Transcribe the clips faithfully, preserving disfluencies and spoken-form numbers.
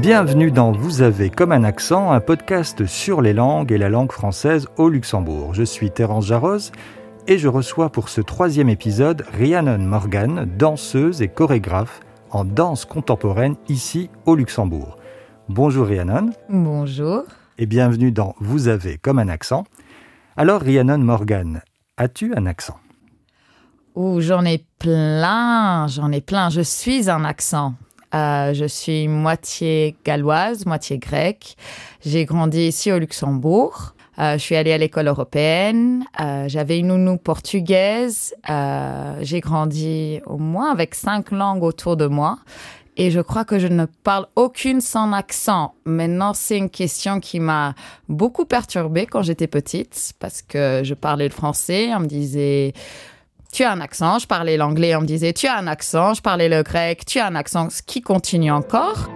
Bienvenue dans Vous avez comme un accent, un podcast sur les langues et la langue française au Luxembourg. Je suis Terence Jarroz et je reçois pour ce troisième épisode Rhiannon Morgan, danseuse et chorégraphe en danse contemporaine ici au Luxembourg. Bonjour Rhiannon. Bonjour. Et bienvenue dans Vous avez comme un accent. Alors Rhiannon Morgan, as-tu un accent ? Ouh, j'en ai plein, j'en ai plein. Je suis un accent. Euh, je suis moitié galloise, moitié grecque. J'ai grandi ici au Luxembourg. Euh, je suis allée à l'école européenne. Euh, j'avais une nounou portugaise. Euh, j'ai grandi au moins avec cinq langues autour de moi. Et je crois que je ne parle aucune sans accent. Maintenant, c'est une question qui m'a beaucoup perturbée quand j'étais petite parce que je parlais le français. On me disait... Tu as un accent, je parlais l'anglais, on me disait tu as un accent, je parlais le grec, tu as un accent, ce qui continue encore.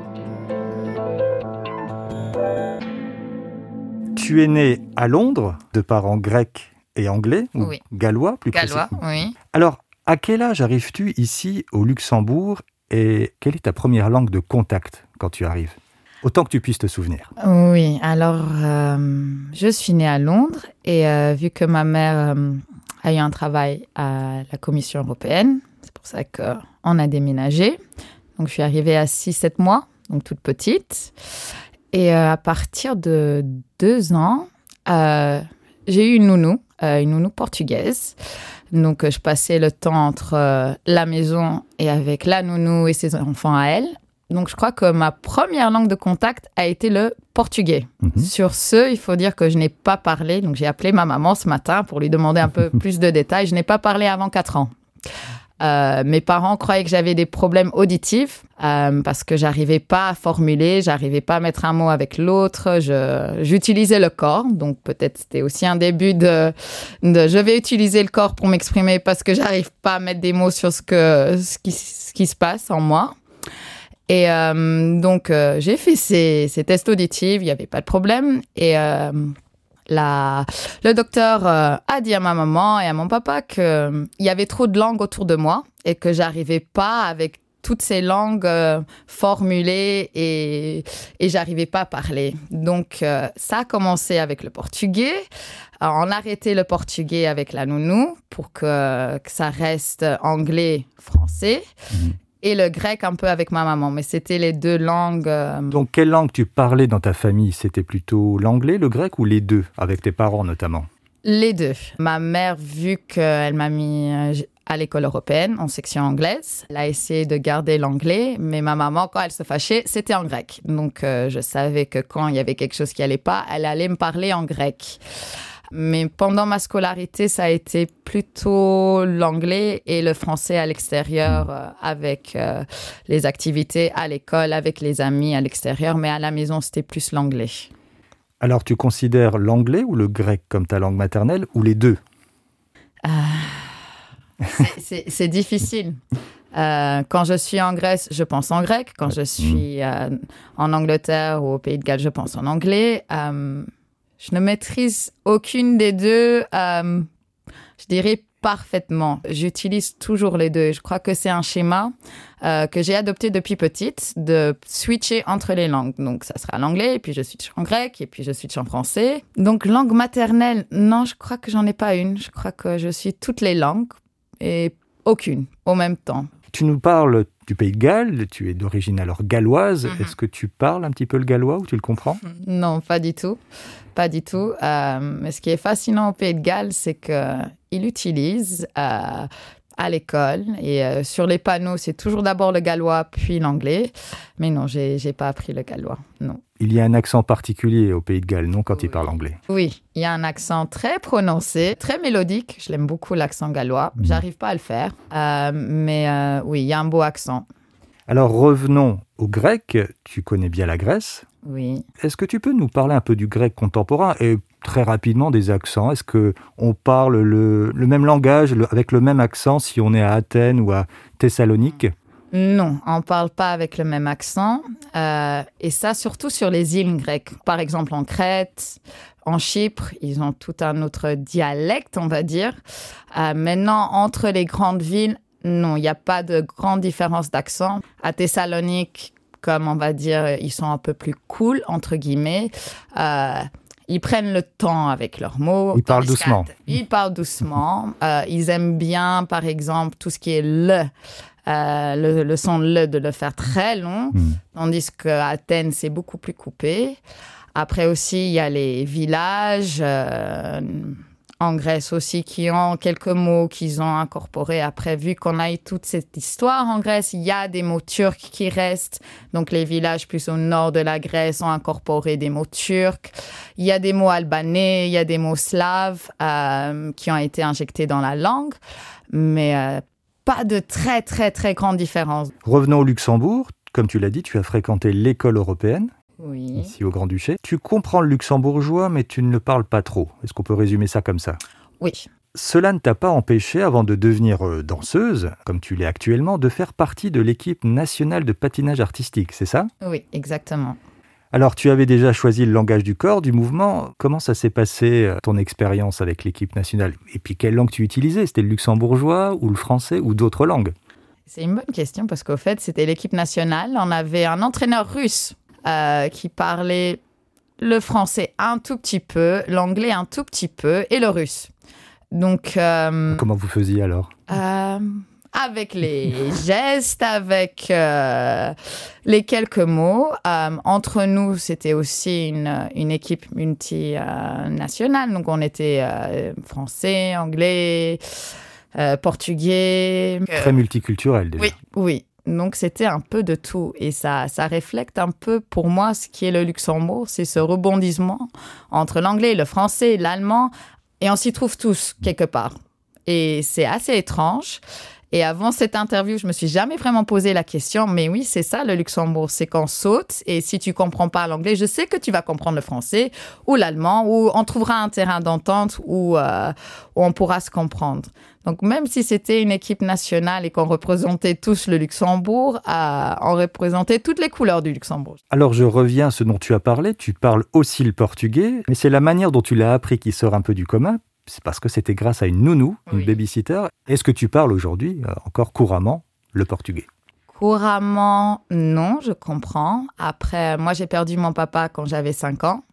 Tu es née à Londres, de parents grecs et anglais, ou oui. gallois plus Gallois, précisément. oui. Alors, à quel âge arrives-tu ici au Luxembourg et quelle est ta première langue de contact quand tu arrives ? Autant que tu puisses te souvenir. Oui, alors euh, je suis née à Londres et euh, vu que ma mère... Euh, a eu un travail à la Commission européenne. C'est pour ça qu'on a déménagé. Donc, je suis arrivée à six sept mois, donc toute petite. Et euh, à partir de deux ans, euh, j'ai eu une nounou, euh, une nounou portugaise. Donc, je passais le temps entre euh, la maison et avec la nounou et ses enfants à elle. Donc, je crois que ma première langue de contact a été le portugais. Mm-hmm. Sur ce, il faut dire que je n'ai pas parlé. Donc, j'ai appelé ma maman ce matin pour lui demander un peu plus de détails. Je n'ai pas parlé avant quatre ans. Euh, mes parents croyaient que j'avais des problèmes auditifs euh, parce que j'arrivais pas à formuler, j'arrivais pas à mettre un mot avec l'autre. Je, j'utilisais le corps. Donc, peut-être c'était aussi un début de, de je vais utiliser le corps pour m'exprimer parce que j'arrive pas à mettre des mots sur ce, que, ce, qui, ce qui se passe en moi. Et euh, donc, euh, j'ai fait ces, ces tests auditifs, il n'y avait pas de problème. Et euh, la, le docteur euh, a dit à ma maman et à mon papa qu'il euh, y avait trop de langues autour de moi et que je n'arrivais pas avec toutes ces langues euh, formulées et, et je n'arrivais pas à parler. Donc, euh, ça a commencé avec le portugais. Alors, on a arrêté le portugais avec la nounou pour que, que ça reste anglais-français. Mmh. Et le grec un peu avec ma maman, mais c'était les deux langues. Euh... Donc, quelle langue tu parlais dans ta famille ? C'était plutôt l'anglais, le grec ou les deux, avec tes parents notamment ? Les deux. Ma mère, vu qu'elle m'a mis à l'école européenne, en section anglaise, elle a essayé de garder l'anglais, mais ma maman, quand elle se fâchait, c'était en grec. Donc, euh, je savais que quand il y avait quelque chose qui n'allait pas, elle allait me parler en grec. Mais pendant ma scolarité, ça a été plutôt l'anglais et le français à l'extérieur euh, avec euh, les activités à l'école, avec les amis à l'extérieur. Mais à la maison, c'était plus l'anglais. Alors, tu considères l'anglais ou le grec comme ta langue maternelle ou les deux ? euh, c'est, c'est, c'est difficile. Euh, quand je suis en Grèce, je pense en grec. Quand je suis euh, en Angleterre ou au Pays de Galles, je pense en anglais. Euh, Je ne maîtrise aucune des deux, euh, je dirais parfaitement. J'utilise toujours les deux. Je crois que c'est un schéma euh, que j'ai adopté depuis petite, de switcher entre les langues. Donc, ça sera l'anglais, et puis je switch en grec, et puis je switch en français. Donc, langue maternelle, non, je crois que j'en ai pas une. Je crois que je suis toutes les langues, et aucune, au même temps. Tu nous parles du Pays de Galles, tu es d'origine alors galloise. Mm-hmm. Est-ce que tu parles un petit peu le gallois ou tu le comprends ? Non, pas du tout. Pas du tout. Euh, mais ce qui est fascinant au Pays de Galles, c'est qu'il utilise euh, à l'école et euh, sur les panneaux, c'est toujours d'abord le gallois, puis l'anglais. Mais non, j'ai, j'ai pas appris le gallois, non. Il y a un accent particulier au Pays de Galles, non, quand oui. il parle anglais ? Oui, il y a un accent très prononcé, très mélodique. Je l'aime beaucoup, l'accent gallois. Mmh. J'arrive pas à le faire, euh, mais euh, oui, il y a un beau accent. Alors revenons au grec. Tu connais bien la Grèce ? Oui. Est-ce que tu peux nous parler un peu du grec contemporain et très rapidement des accents ? Est-ce qu'on parle le, le même langage le, avec le même accent si on est à Athènes ou à Thessalonique ? Non, on ne parle pas avec le même accent. Euh, et ça, surtout sur les îles grecques. Par exemple, en Crète, en Chypre, ils ont tout un autre dialecte, on va dire. Euh, maintenant, entre les grandes villes, non, il n'y a pas de grande différence d'accent. À Thessalonique, comme, on va dire, ils sont un peu plus cool, entre guillemets. Euh, ils prennent le temps avec leurs mots. Ils parlent doucement. Ils parlent doucement. Euh, ils aiment bien, par exemple, tout ce qui est le. Euh, le, le son le, de le faire très long, mm. tandis qu'à Athènes, c'est beaucoup plus coupé. Après aussi, il y a les villages, euh, en Grèce aussi, qui ont quelques mots qu'ils ont incorporés. Après, vu qu'on a eu toute cette histoire en Grèce, il y a des mots turcs qui restent. Donc, les villages plus au nord de la Grèce ont incorporé des mots turcs. Il y a des mots albanais, il y a des mots slaves euh, qui ont été injectés dans la langue. Mais euh, pas de très, très, très grande différence. Revenons au Luxembourg. Comme tu l'as dit, tu as fréquenté l'école européenne, oui. ici au Grand-Duché. Tu comprends le luxembourgeois, mais tu ne le parles pas trop. Est-ce qu'on peut résumer ça comme ça ? Oui. Cela ne t'a pas empêché, avant de devenir euh, danseuse, comme tu l'es actuellement, de faire partie de l'équipe nationale de patinage artistique, c'est ça ? Oui, exactement. Alors, tu avais déjà choisi le langage du corps, du mouvement. Comment ça s'est passé, ton expérience avec l'équipe nationale ? Et puis, quelle langue tu utilisais ? C'était le luxembourgeois ou le français ou d'autres langues ? C'est une bonne question parce qu'au fait, c'était l'équipe nationale. On avait un entraîneur russe euh, qui parlait le français un tout petit peu, l'anglais un tout petit peu et le russe. Donc, euh, comment vous faisiez alors ? euh, Avec les gestes, avec euh, les quelques mots. Euh, entre nous, c'était aussi une, une équipe multinationale. Donc, on était euh, français, anglais, euh, portugais. Très multiculturel déjà. Oui, oui. Donc, c'était un peu de tout. Et ça, ça reflète un peu, pour moi, ce qui est le Luxembourg. C'est ce rebondissement entre l'anglais, le français, l'allemand. Et on s'y trouve tous, quelque part. Et c'est assez étrange. Et avant cette interview, je me suis jamais vraiment posé la question. Mais oui, c'est ça le Luxembourg, c'est qu'on saute. Et si tu comprends pas l'anglais, je sais que tu vas comprendre le français ou l'allemand, ou on trouvera un terrain d'entente où, euh, où on pourra se comprendre. Donc même si c'était une équipe nationale et qu'on représentait tous le Luxembourg, euh, on représentait toutes les couleurs du Luxembourg. Alors je reviens à ce dont tu as parlé. Tu parles aussi le portugais, mais c'est la manière dont tu l'as appris qui sort un peu du commun. C'est parce que c'était grâce à une nounou, une oui. babysitter. Est-ce que tu parles aujourd'hui, euh, encore couramment, le portugais ? Couramment, non, je comprends. Après, moi, j'ai perdu mon papa quand j'avais cinq ans.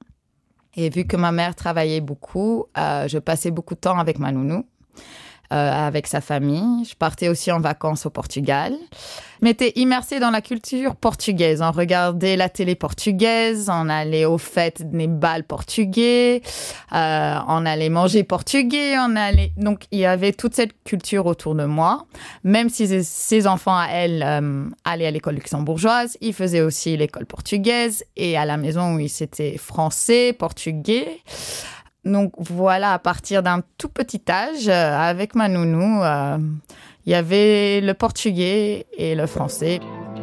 Et vu que ma mère travaillait beaucoup, euh, je passais beaucoup de temps avec ma nounou, euh, avec sa famille. Je partais aussi en vacances au Portugal. Je m'étais immersée dans la culture portugaise. On regardait la télé portugaise, on allait aux fêtes des bals portugais, euh, on allait manger portugais, on allait... Donc, il y avait toute cette culture autour de moi. Même si ses enfants, à elle, euh, allaient à l'école luxembourgeoise, ils faisaient aussi l'école portugaise. Et à la maison, oui, c'était français, portugais. Donc, voilà, à partir d'un tout petit âge, euh, avec ma nounou... Euh, il y avait le portugais et le français.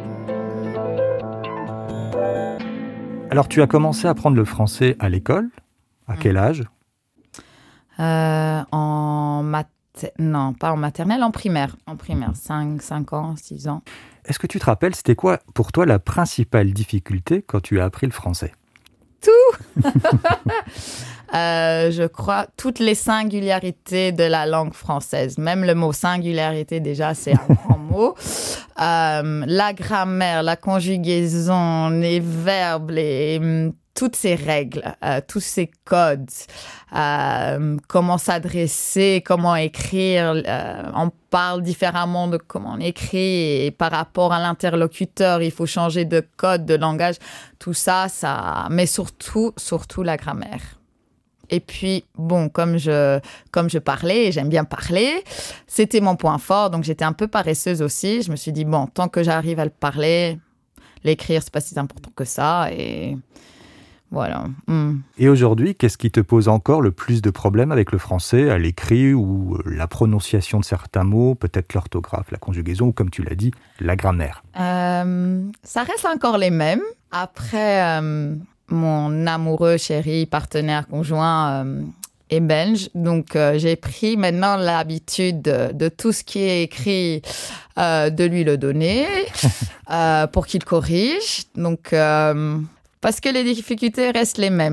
Alors, tu as commencé à apprendre le français à l'école ? À mmh. quel âge ? euh, En mater... Non, pas en maternelle, en primaire. En primaire, cinq, cinq ans, six ans. Est-ce que tu te rappelles, c'était quoi pour toi la principale difficulté quand tu as appris le français ? Tout euh, Je crois toutes les singularités de la langue française. Même le mot singularité, déjà, c'est un grand mot. Euh, la grammaire, la conjugaison, les verbes, les, toutes ces règles, euh, tous ces codes, euh, comment s'adresser, comment écrire. Euh, on parle différemment de comment on écrit et par rapport à l'interlocuteur, il faut changer de code, de langage. Tout ça, ça... Mais surtout, surtout la grammaire. Et puis, bon, comme je, comme je parlais, et j'aime bien parler, c'était mon point fort, donc j'étais un peu paresseuse aussi. Je me suis dit, bon, tant que j'arrive à le parler, l'écrire, c'est pas si important que ça, et voilà. Mm. Et aujourd'hui, qu'est-ce qui te pose encore le plus de problèmes avec le français, à l'écrit, ou la prononciation de certains mots, peut-être l'orthographe, la conjugaison, ou comme tu l'as dit, la grammaire ? euh, Ça reste encore les mêmes. Après... Euh, Mon amoureux, chéri, partenaire, conjoint euh, est belge. Donc, euh, j'ai pris maintenant l'habitude de, de tout ce qui est écrit, euh, de lui le donner euh, pour qu'il corrige. Donc, euh, parce que les difficultés restent les mêmes.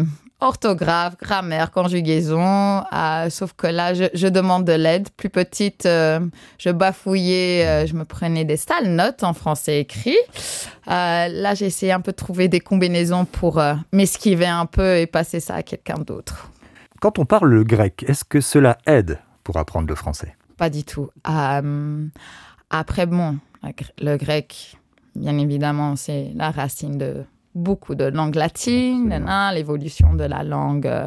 orthographe, grammaire, conjugaison. Euh, sauf que là, je, je demande de l'aide. Plus petite, euh, je bafouillais, euh, je me prenais des sales notes en français écrit. Euh, là, j'ai essayé un peu de trouver des combinaisons pour euh, m'esquiver un peu et passer ça à quelqu'un d'autre. Quand on parle le grec, est-ce que cela aide pour apprendre le français ? Pas du tout. Euh, après, bon, le grec, bien évidemment, c'est la racine de beaucoup de langues latines, hein, l'évolution de la langue euh,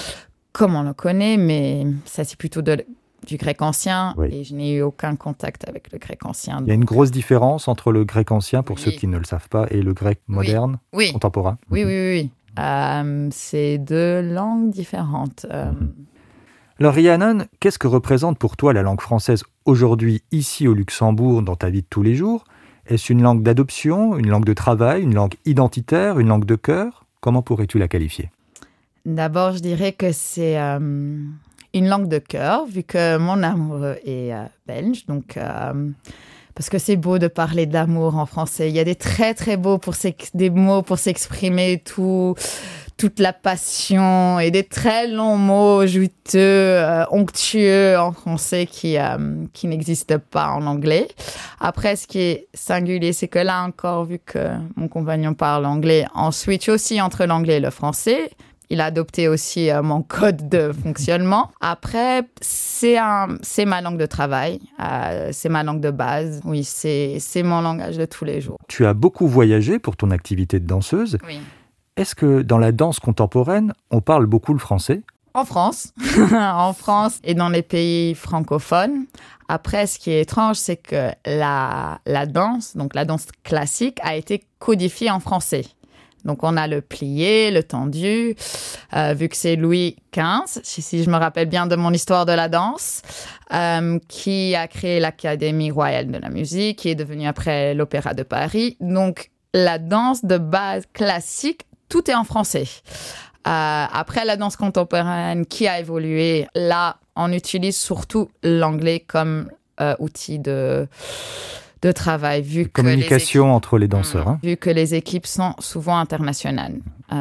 comme on le connaît, mais ça, c'est plutôt de, du grec ancien, oui. Et je n'ai eu aucun contact avec le grec ancien. Il y a une grosse différence entre le grec ancien, pour oui. ceux qui ne le savent pas, et le grec moderne, oui. Oui. contemporain. Oui, oui, oui. oui. Euh, c'est deux langues différentes. Euh... Alors, Rhiannon, qu'est-ce que représente pour toi la langue française aujourd'hui, ici au Luxembourg, dans ta vie de tous les jours ? Est-ce une langue d'adoption, une langue de travail, une langue identitaire, une langue de cœur ? Comment pourrais-tu la qualifier ? D'abord, je dirais que c'est euh, une langue de cœur, vu que mon amoureux est euh, belge. Donc, euh, parce que c'est beau de parler d'amour en français. Il y a des très, très beaux pour des mots pour s'exprimer, tout, toute la passion et des très longs mots juteux, euh, onctueux en français qui, euh, qui n'existent pas en anglais. Après, ce qui est singulier, c'est que là encore, vu que mon compagnon parle anglais, on switch aussi entre l'anglais et le français. Il a adopté aussi euh, mon code de fonctionnement. Après, c'est, un, c'est ma langue de travail, euh, c'est ma langue de base. Oui, c'est, c'est mon langage de tous les jours. Tu as beaucoup voyagé pour ton activité de danseuse. Oui. Est-ce que dans la danse contemporaine, on parle beaucoup le français ? En France, en France et dans les pays francophones. Après, ce qui est étrange, c'est que la, la danse, donc la danse classique, a été codifiée en français. Donc, on a le plié, le tendu, euh, vu que c'est Louis quinze, si je me rappelle bien de mon histoire de la danse, euh, qui a créé l'Académie royale de la musique, qui est devenue après l'Opéra de Paris. Donc, la danse de base classique, tout est en français. Euh, après, la danse contemporaine qui a évolué, là, on utilise surtout l'anglais comme euh, outil de... de travail, vu que communication les équipes, entre les danseurs. Hein. Vu que les équipes sont souvent internationales. Euh,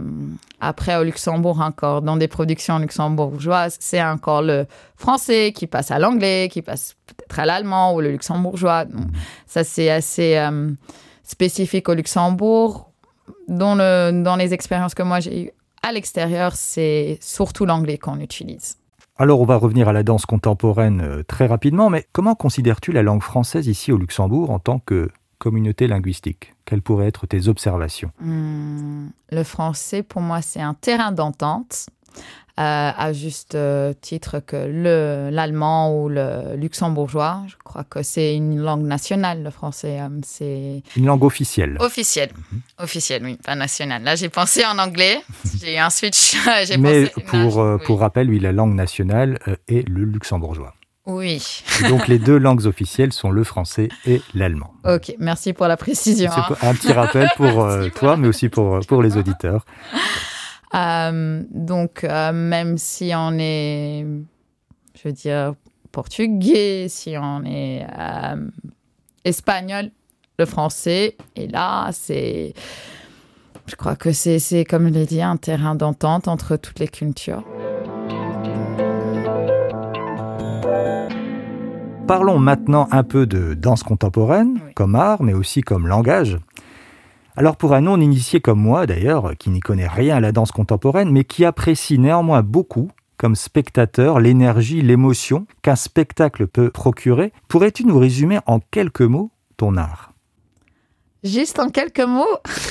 après, au Luxembourg encore, dans des productions luxembourgeoises, c'est encore le français qui passe à l'anglais, qui passe peut-être à l'allemand ou le luxembourgeois. Donc, ça, c'est assez euh, spécifique au Luxembourg. Dans, le, dans les expériences que moi j'ai eues à l'extérieur, c'est surtout l'anglais qu'on utilise. Alors, on va revenir à la danse contemporaine euh, très rapidement, mais comment considères-tu la langue française ici au Luxembourg en tant que communauté linguistique ? Quelles pourraient être tes observations ? Hum, le français, pour moi, c'est un terrain d'entente, euh, à juste euh, titre que le, l'allemand ou le luxembourgeois. Je crois que c'est une langue nationale, le français. Euh, c'est une langue officielle. Officielle, mm-hmm. officielle, oui, pas nationale. Là, j'ai pensé en anglais, j'ai eu un switch. j'ai Mais pensé... pour, non, euh, oui. pour rappel, oui, la langue nationale euh, est le luxembourgeois. Oui. Et donc, les deux langues officielles sont le français et l'allemand. Ok, merci pour la précision. C'est un petit rappel pour euh, toi, mais aussi pour, pour les auditeurs. Euh, donc, euh, même si on est, je veux dire, portugais, si on est euh, espagnol, le français, et là, c'est, je crois que c'est, c'est, comme je l'ai dit, un terrain d'entente entre toutes les cultures. Parlons maintenant un peu de danse contemporaine, oui. Comme art, mais aussi comme langage. Alors pour un non-initié comme moi, d'ailleurs, qui n'y connaît rien à la danse contemporaine, mais qui apprécie néanmoins beaucoup, comme spectateur, l'énergie, l'émotion qu'un spectacle peut procurer, pourrais-tu nous résumer en quelques mots ton art ? Juste en quelques mots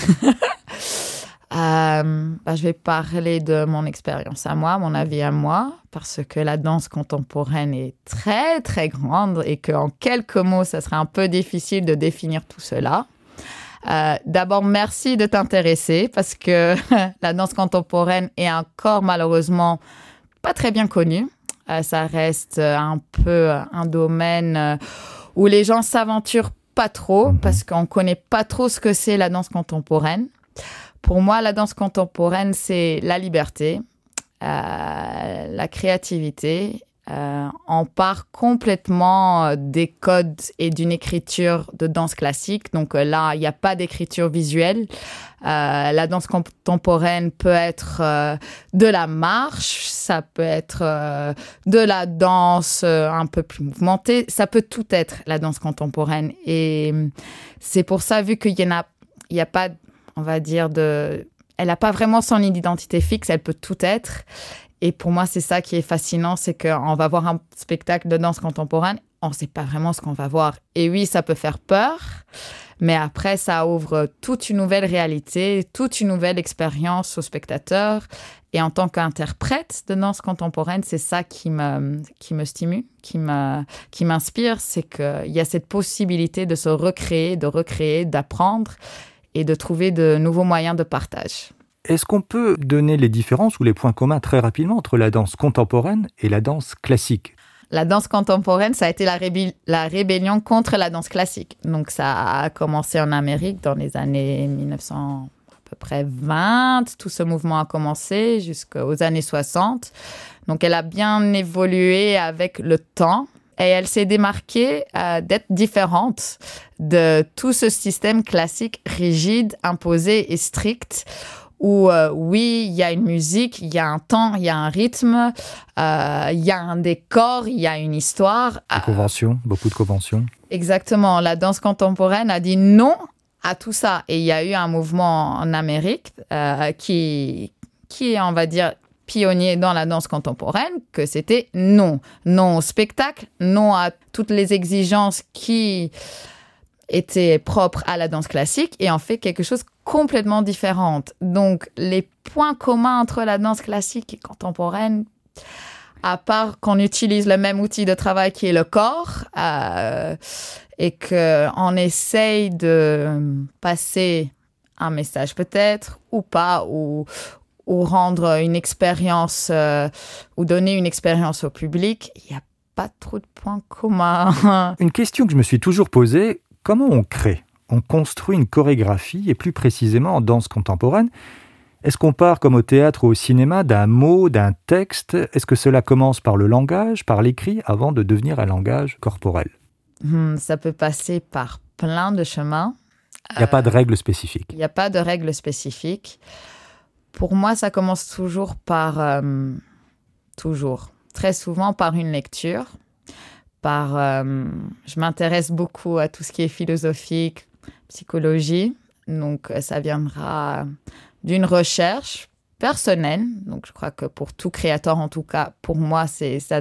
euh, bah, je vais parler de mon expérience à moi, mon avis à moi, parce que la danse contemporaine est très, très grande et qu'en quelques mots, ça serait un peu difficile de définir tout cela. Euh, d'abord, merci de t'intéresser parce que la danse contemporaine est encore malheureusement pas très bien connue. Euh, ça reste un peu un domaine où les gens s'aventurent pas trop parce qu'on connaît pas trop ce que c'est la danse contemporaine. Pour moi, la danse contemporaine, c'est la liberté, euh, la créativité, Euh, on part complètement des codes et d'une écriture de danse classique. Donc euh, là, il n'y a pas d'écriture visuelle. Euh, la danse contemporaine peut être euh, de la marche, ça peut être euh, de la danse euh, un peu plus mouvementée. Ça peut tout être, la danse contemporaine. Et c'est pour ça, vu qu'il y en a, il n'y a pas, on va dire, de... Elle n'a pas vraiment son identité fixe, elle peut tout être. Et pour moi, c'est ça qui est fascinant, c'est qu'on va voir un spectacle de danse contemporaine, on ne sait pas vraiment ce qu'on va voir. Et oui, ça peut faire peur, mais après, ça ouvre toute une nouvelle réalité, toute une nouvelle expérience au spectateur. Et en tant qu'interprète de danse contemporaine, c'est ça qui me, qui me stimule, qui, me, qui m'inspire, c'est qu'il y a cette possibilité de se recréer, de recréer, d'apprendre et de trouver de nouveaux moyens de partage. Est-ce qu'on peut donner les différences ou les points communs très rapidement entre la danse contemporaine et la danse classique ? La danse contemporaine, ça a été la, rébé- la rébellion contre la danse classique. Donc, ça a commencé en Amérique dans les années mille neuf cents, à peu près vingt. Tout ce mouvement a commencé jusqu'aux années soixante. Donc, elle a bien évolué avec le temps. Et elle s'est démarquée euh, d'être différente de tout ce système classique rigide, imposé et strict, où euh, oui, il y a une musique, il y a un temps, il y a un rythme, euh, il y a un décor, il y a une histoire. Des conventions, beaucoup de conventions. Exactement. La danse contemporaine a dit non à tout ça. Et il y a eu un mouvement en Amérique euh, qui, qui est, on va dire, pionnier dans la danse contemporaine, que c'était non. Non au spectacle, non à toutes les exigences qui étaient propres à la danse classique, et en fait quelque chose complètement différent. Donc, les points communs entre la danse classique et contemporaine, à part qu'on utilise le même outil de travail qui est le corps, euh, et qu'on essaye de passer un message peut-être, ou pas, ou, ou rendre une expérience, euh, ou donner une expérience au public, il n'y a pas trop de points communs. Une question que je me suis toujours posée, comment on crée ? On construit une chorégraphie, et plus précisément en danse contemporaine. Est-ce qu'on part, comme au théâtre ou au cinéma, d'un mot, d'un texte ? Est-ce que cela commence par le langage, par l'écrit, avant de devenir un langage corporel ? Hmm, ça peut passer par plein de chemins. Il n'y a euh, pas de règle spécifique. Il n'y a pas de règle spécifique. Pour moi, ça commence toujours par... Euh, toujours. Très souvent par une lecture. Par, euh, je m'intéresse beaucoup à tout ce qui est philosophique, psychologie. Donc, ça viendra d'une recherche personnelle. Donc, je crois que pour tout créateur, en tout cas, pour moi, c'est, ça,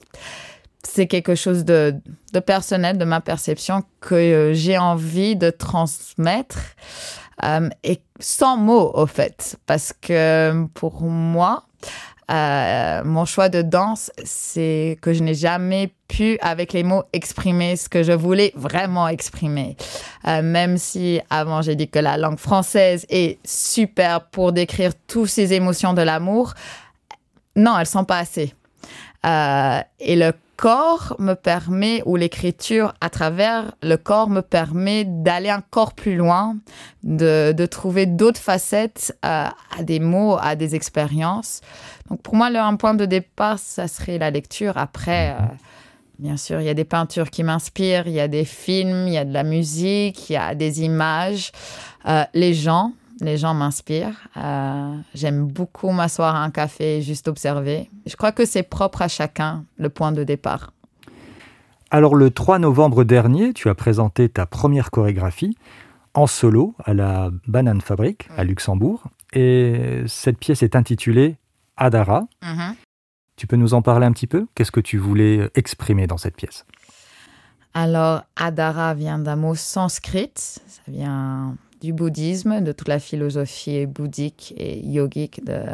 c'est quelque chose de, de personnel, de ma perception, que euh, j'ai envie de transmettre. Euh, et sans mots, au fait. Parce que pour moi... Euh, mon choix de danse, c'est que je n'ai jamais pu, avec les mots, exprimer ce que je voulais vraiment exprimer. Euh, même si, avant, j'ai dit que la langue française est super pour décrire toutes ces émotions de l'amour, non, elles ne sont pas assez. Euh, et le corps me permet, ou l'écriture à travers le corps me permet d'aller encore plus loin, de, de trouver d'autres facettes euh, à des mots, à des expériences. Donc pour moi, le, un point de départ, ça serait la lecture. Après, euh, bien sûr, il y a des peintures qui m'inspirent, il y a des films, il y a de la musique, il y a des images. Euh, les gens, les gens m'inspirent. Euh, j'aime beaucoup m'asseoir à un café et juste observer. Je crois que c'est propre à chacun, le point de départ. Alors le trois novembre dernier, tu as présenté ta première chorégraphie en solo à la Banane Fabrique à Luxembourg. Et cette pièce est intitulée Adara. Mm-hmm. Tu peux nous en parler un petit peu ? Qu'est-ce que tu voulais exprimer dans cette pièce ? Alors, Adara vient d'un mot sanskrit. Ça vient du bouddhisme, de toute la philosophie bouddhique et yogique de,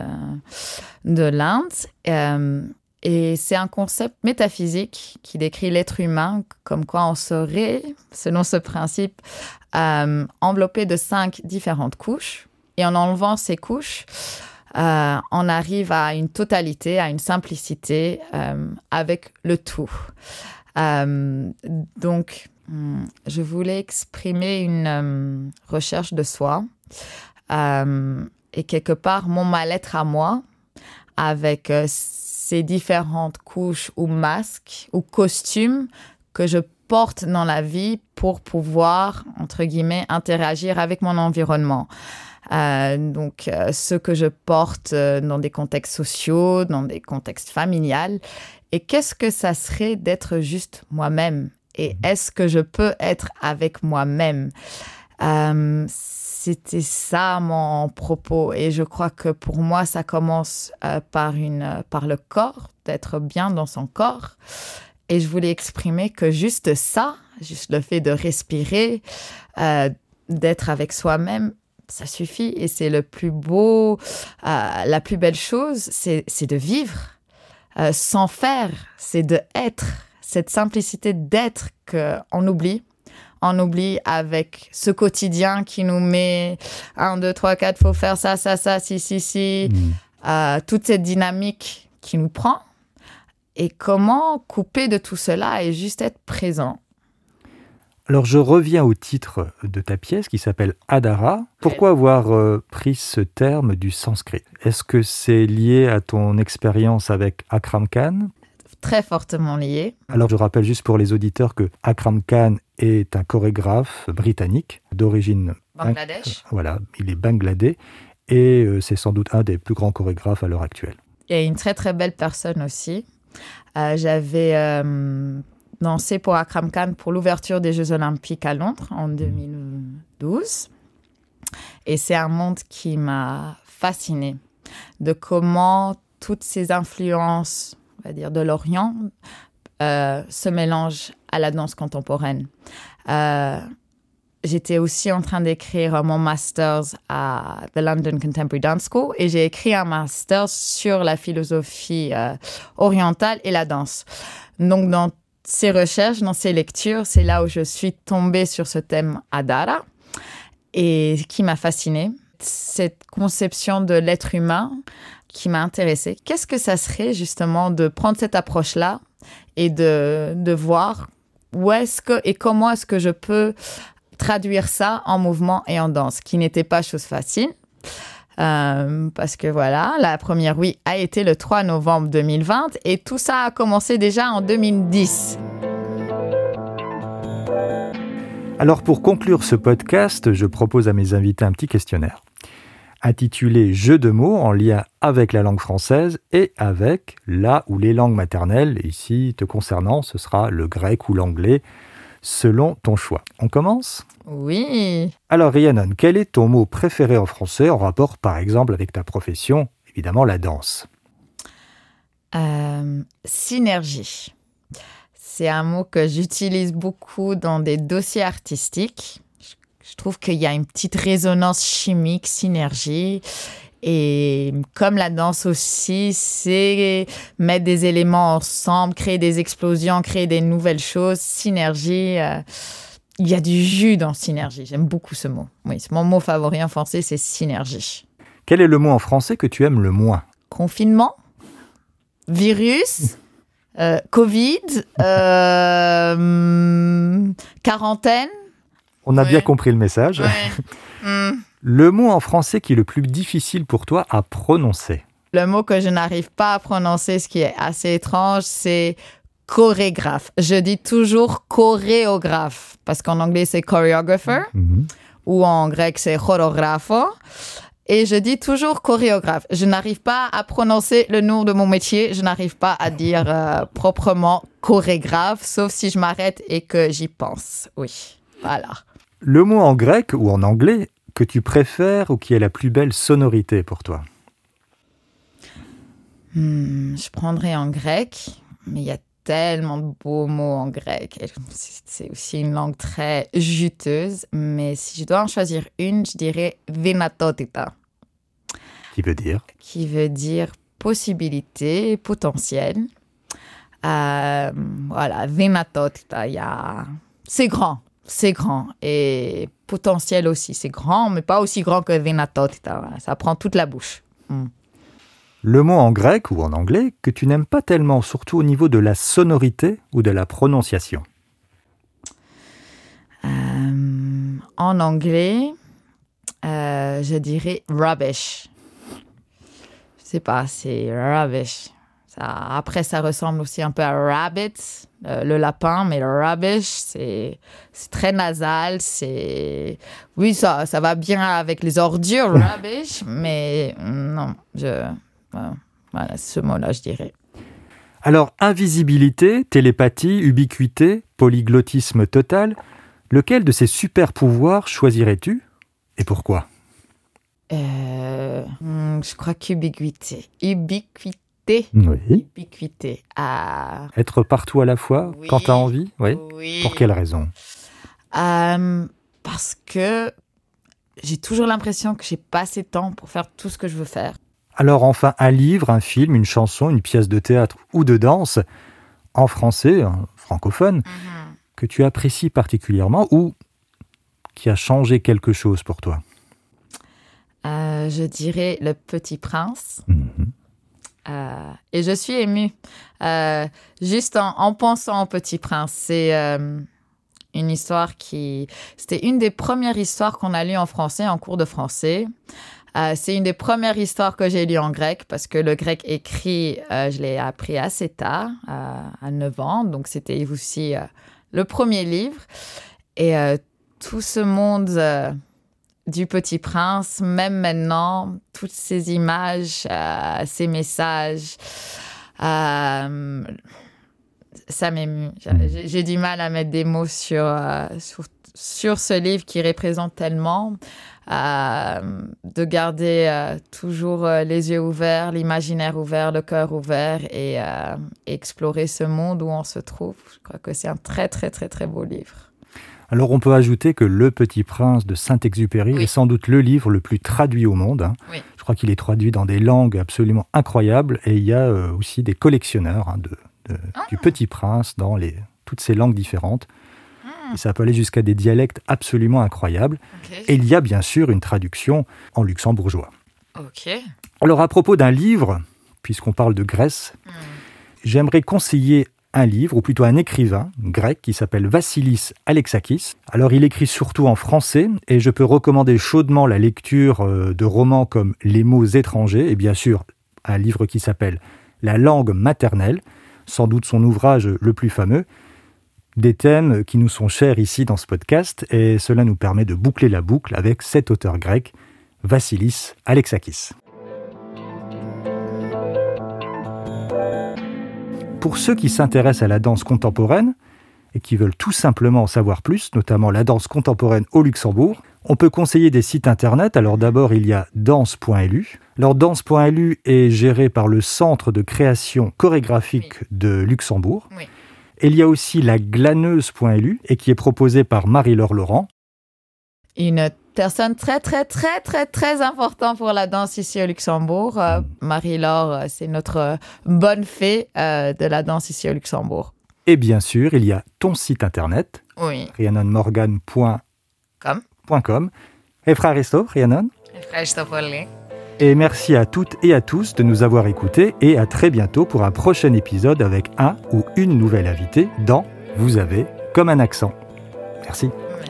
de l'Inde. Euh, et c'est un concept métaphysique qui décrit l'être humain comme quoi on serait, selon ce principe, euh, enveloppé de cinq différentes couches. Et en enlevant ces couches, Euh, on arrive à une totalité, à une simplicité euh, avec le tout. Euh, donc, je voulais exprimer une euh, recherche de soi euh, et quelque part mon mal-être à moi avec euh, ces différentes couches ou masques ou costumes que je porte dans la vie pour pouvoir, entre guillemets, interagir avec mon environnement. Euh, donc, euh, ce que je porte euh, dans des contextes sociaux, dans des contextes familiales. Et qu'est-ce que ça serait d'être juste moi-même? Et est-ce que je peux être avec moi-même? Euh, c'était ça mon propos. Et je crois que pour moi, ça commence euh, par, une, euh, par le corps, d'être bien dans son corps. Et je voulais exprimer que juste ça, juste le fait de respirer, euh, d'être avec soi-même, ça suffit. Et c'est le plus beau, euh, la plus belle chose, c'est, c'est de vivre euh, sans faire, c'est de être. Cette simplicité d'être qu'on oublie. On oublie avec ce quotidien qui nous met un, deux, trois, quatre, faut faire ça, ça, ça, si, si, si. Mmh. Euh, toute cette dynamique qui nous prend. Et comment couper de tout cela et juste être présent. Alors, je reviens au titre de ta pièce qui s'appelle Adhara. Pourquoi avoir euh, pris ce terme du sanskrit? Est-ce que c'est lié à ton expérience avec Akram Khan? Très fortement lié. Alors, je rappelle juste pour les auditeurs que Akram Khan est un chorégraphe britannique d'origine... Bangladesh. Voilà, il est bangladais et euh, c'est sans doute un des plus grands chorégraphes à l'heure actuelle. Et une très, très belle personne aussi. Euh, j'avais euh, dansé pour Akram Khan pour l'ouverture des Jeux Olympiques à Londres en deux mille douze. Et c'est un monde qui m'a fascinée, de comment toutes ces influences, on va dire, de l'Orient euh, se mélangent à la danse contemporaine. Euh, J'étais aussi en train d'écrire mon master's à The London Contemporary Dance School et j'ai écrit un master's sur la philosophie euh, orientale et la danse. Donc, dans ces recherches, dans ces lectures, c'est là où je suis tombée sur ce thème Adhara et qui m'a fascinée. Cette conception de l'être humain qui m'a intéressée. Qu'est-ce que ça serait justement de prendre cette approche-là et de, de voir où est-ce que et comment est-ce que je peux traduire ça en mouvement et en danse, qui n'était pas chose facile. Euh, parce que voilà, la première oui a été le trois novembre deux mille vingt et tout ça a commencé déjà en deux mille dix. Alors pour conclure ce podcast, je propose à mes invités un petit questionnaire intitulé « Jeux de mots » en lien avec la langue française et avec la ou les langues maternelles. Ici, te concernant, ce sera le grec ou l'anglais, selon ton choix. On commence ? Oui. Alors Rhiannon, quel est ton mot préféré en français en rapport par exemple avec ta profession, évidemment la danse? euh, Synergie. C'est un mot que j'utilise beaucoup dans des dossiers artistiques. Je trouve qu'il y a une petite résonance chimique, synergie. Et comme la danse aussi, c'est mettre des éléments ensemble, créer des explosions, créer des nouvelles choses. Synergie, euh, il y a du jus dans synergie. J'aime beaucoup ce mot. Oui, c'est mon mot favori en français, c'est synergie. Quel est le mot en français que tu aimes le moins? Confinement, virus, euh, Covid, euh, quarantaine. On a ouais. bien compris le message. Ouais. mm. Le mot en français qui est le plus difficile pour toi à prononcer? Le mot que je n'arrive pas à prononcer, ce qui est assez étrange, c'est chorégraphe. Je dis toujours chorégraphe, parce qu'en anglais, c'est choreographer, mm-hmm. ou en grec, c'est choreographo. Et je dis toujours chorégraphe. Je n'arrive pas à prononcer le nom de mon métier. Je n'arrive pas à dire euh, proprement chorégraphe, sauf si je m'arrête et que j'y pense. Oui, voilà. Le mot en grec ou en anglais que tu préfères ou qui est la plus belle sonorité pour toi? hmm, Je prendrais en grec, mais il y a tellement de beaux mots en grec. Et c'est aussi une langue très juteuse, mais si je dois en choisir une, je dirais Venatotita. Qui veut dire? Qui veut dire possibilité, potentiel. Euh, voilà, Venatotita, il y a... c'est grand. C'est grand et potentiel aussi. C'est grand, mais pas aussi grand que Venatotita. Ça prend toute la bouche. Mm. Le mot en grec ou en anglais que tu n'aimes pas tellement, surtout au niveau de la sonorité ou de la prononciation? euh, En anglais, euh, je dirais rubbish. Je sais pas, c'est rubbish. Ça, après, ça ressemble aussi un peu à rabbit, euh, le lapin, mais le rubbish, c'est, c'est très nasal. C'est... Oui, ça, ça va bien avec les ordures, rubbish, mais non, je... Euh, voilà, ce mot-là, je dirais. Alors, invisibilité, télépathie, ubiquité, polyglottisme total, lequel de ces super pouvoirs choisirais-tu et pourquoi ? euh, Je crois qu'ubiquité. Ubiquité. Oui. Ubiquité. Ah. Être partout à la fois, Oui. quand tu as envie ? Oui. Oui. Pour quelle raison ? euh, Parce que j'ai toujours l'impression que j'ai pas assez de temps pour faire tout ce que je veux faire. Alors enfin, un livre, un film, une chanson, une pièce de théâtre ou de danse, en français, en francophone, mm-hmm. que tu apprécies particulièrement ou qui a changé quelque chose pour toi ? euh, Je dirais Le Petit Prince. Mm-hmm. Euh, et je suis émue. Euh, juste en, en pensant au Petit Prince, c'est euh, une histoire qui... C'était une des premières histoires qu'on a lues en français, en cours de français. Euh, c'est une des premières histoires que j'ai lues en grec, parce que le grec écrit, euh, je l'ai appris assez tard, euh, à neuf ans. Donc, c'était aussi euh, le premier livre. Et euh, tout ce monde euh, du Petit Prince, même maintenant, toutes ces images, euh, ces messages, euh, ça m'émue. J'ai, j'ai du mal à mettre des mots sur, euh, sur, sur ce livre qui représente tellement. Euh, de garder euh, toujours euh, les yeux ouverts, l'imaginaire ouvert, le cœur ouvert et euh, explorer ce monde où on se trouve. Je crois que c'est un très, très, très, très beau livre. Alors, on peut ajouter que Le Petit Prince de Saint-Exupéry oui. est sans doute le livre le plus traduit au monde. Hein. Oui. Je crois qu'il est traduit dans des langues absolument incroyables et il y a euh, aussi des collectionneurs hein, de, de, ah. du Petit Prince dans les, toutes ces langues différentes. Et ça peut aller jusqu'à des dialectes absolument incroyables. Okay. Et il y a bien sûr une traduction en luxembourgeois. Okay. Alors à propos d'un livre, puisqu'on parle de Grèce, mm. j'aimerais conseiller un livre, ou plutôt un écrivain grec qui s'appelle Vassilis Alexakis. Alors il écrit surtout en français, et je peux recommander chaudement la lecture de romans comme Les mots étrangers, et bien sûr un livre qui s'appelle La langue maternelle, sans doute son ouvrage le plus fameux. Des thèmes qui nous sont chers ici dans ce podcast et cela nous permet de boucler la boucle avec cet auteur grec, Vassilis Alexakis. Pour ceux qui s'intéressent à la danse contemporaine et qui veulent tout simplement en savoir plus, notamment la danse contemporaine au Luxembourg, on peut conseiller des sites internet. Alors d'abord, il y a danse point l u. Alors danse point l u est géré par le Centre de création chorégraphique oui. de Luxembourg. Oui. Et il y a aussi la glaneuse point l u et qui est proposée par Marie-Laure Laurent. Une personne très, très, très, très, très importante pour la danse ici au Luxembourg. Euh, Marie-Laure, c'est notre bonne fée euh, de la danse ici au Luxembourg. Et bien sûr, il y a ton site internet, oui. rhiannon morgan point com. Et frère Risto, Rhiannon. Et merci à toutes et à tous de nous avoir écoutés et à très bientôt pour un prochain épisode avec un ou une nouvelle invitée dans Vous avez comme un accent. Merci.